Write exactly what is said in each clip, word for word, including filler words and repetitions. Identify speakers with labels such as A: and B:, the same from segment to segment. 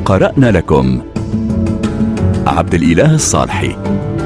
A: قرأنا لكم عبد الإله الصالحي.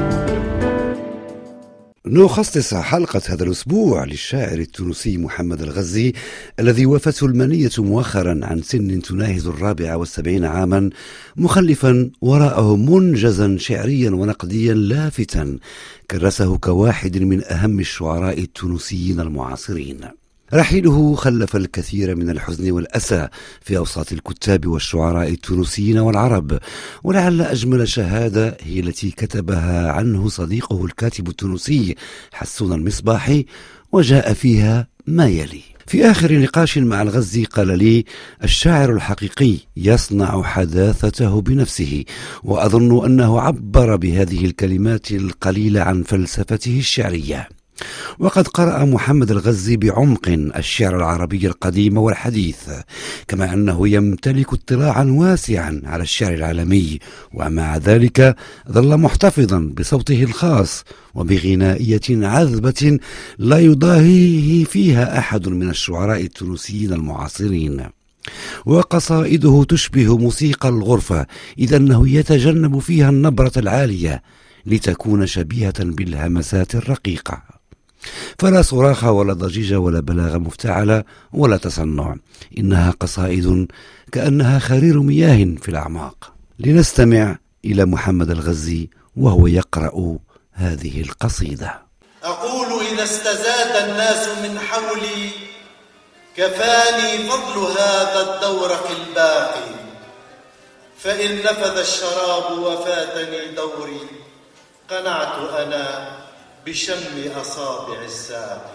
B: نخصص حلقة هذا الأسبوع للشاعر التونسي محمد الغزي الذي وافته المنية مؤخرا عن سن تناهز الرابعة والسبعين عاما، مخلفا وراءه منجزا شعريا ونقديا لافتا كرسه كواحد من أهم الشعراء التونسيين المعاصرين. رحيله خلف الكثير من الحزن والأسى في أوساط الكتاب والشعراء التونسيين والعرب، ولعل أجمل شهادة هي التي كتبها عنه صديقه الكاتب التونسي حسون المصباحي، وجاء فيها ما يلي: في آخر نقاش مع الغزي قال لي: الشاعر الحقيقي يصنع حداثته بنفسه، وأظن أنه عبر بهذه الكلمات القليلة عن فلسفته الشعرية. وقد قرأ محمد الغزي بعمق الشعر العربي القديم والحديث، كما أنه يمتلك اطلاعا واسعا على الشعر العالمي، ومع ذلك ظل محتفظا بصوته الخاص وبغنائية عذبة لا يضاهيه فيها أحد من الشعراء التونسيين المعاصرين. وقصائده تشبه موسيقى الغرفة، إذ أنه يتجنب فيها النبرة العالية لتكون شبيهة بالهمسات الرقيقة، فلا صراخ ولا ضجيج ولا بلاغة مفتعلة ولا تصنع، إنها قصائد كأنها خرير مياه في الأعماق. لنستمع إلى محمد الغزي وهو يقرأ هذه القصيدة.
C: أقول إذا استزاد الناس من حولي كفاني فضل هذا الدورق الباقي، فإن نفذ الشراب وفاتني دوري قنعت أنا بشم أصابع الساقي.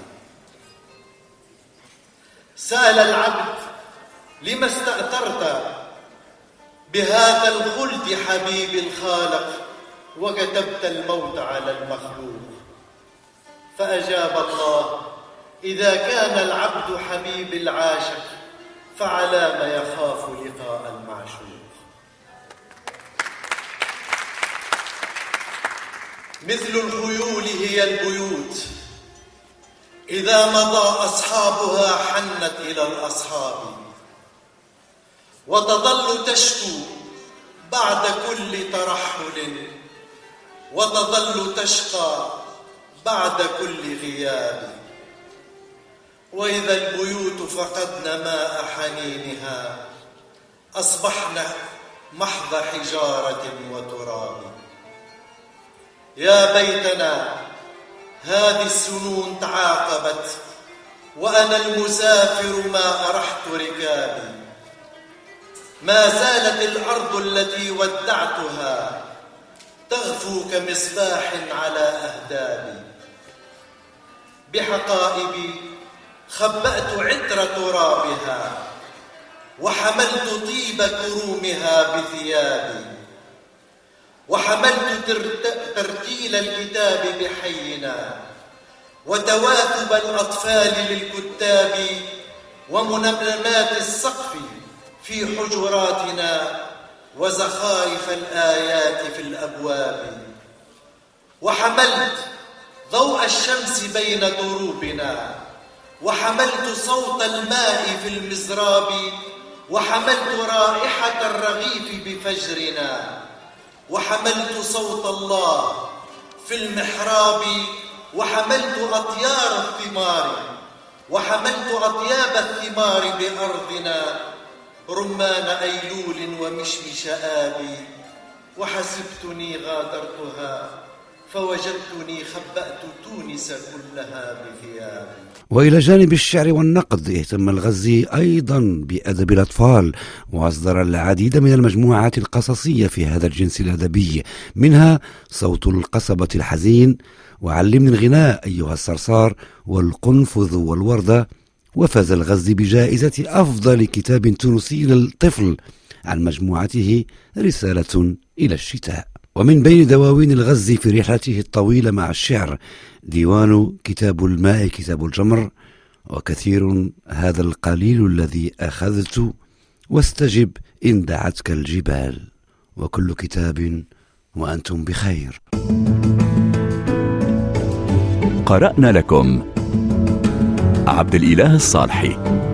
C: سأل العبد: لما استأثرت بهذا الخلد حبيب الخالق وكتبت الموت على المخلوق؟ فأجاب الله: إذا كان العبد حبيب العاشق فعلى ما يخاف لقاء المعشوق. مثل الخيول هي البيوت، إذا مضى أصحابها حنت إلى الأصحاب، وتظل تشكو بعد كل ترحل، وتظل تشقى بعد كل غياب. وإذا البيوت فقدن ماء حنينها أصبحن محض حجارة وتراب. يا بيتنا هذه السنون تعاقبت وأنا المسافر ما أرحت ركابي، ما زالت الأرض التي ودعتها تغفو كمصباح على أهدابي. بحقائبي خبأت عطر ترابها وحملت طيب كرومها بثيابي، وحملت ترتيل الكتاب بحينا وتواثب الأطفال للكتاب ومنمنمات السقف في حجراتنا وزخارف الآيات في الأبواب. وحملت ضوء الشمس بين ضروبنا، وحملت صوت الماء في المزراب، وحملت رائحة الرغيف بفجرنا، وحملت صوت الله في المحراب، وحملت أطيار الثمار، وحملت أطياب الثمار بأرضنا، رمان أيلول ومشمش آبي، وحسبتني غادرتها فوجدتني خبأت تونس كلها بثيابي.
B: وإلى جانب الشعر والنقد اهتم الغزي أيضا بأدب الأطفال، وأصدر العديد من المجموعات القصصية في هذا الجنس الأدبي، منها صوت القصبة الحزين، وعلمني الغناء أيها الصرصار، والقنفذ والوردة. وفاز الغزي بجائزة أفضل كتاب تونسي للطفل عن مجموعته رسالة إلى الشتاء. ومن بين دواوين الغزي في رحلته الطويلة مع الشعر ديوان كتاب الماء كتاب الجمر، وكثير هذا القليل الذي أخذت، واستجب إن دعتك الجبال، وكل كتاب وأنتم بخير.
A: قرأنا لكم عبد الإله الصالحي.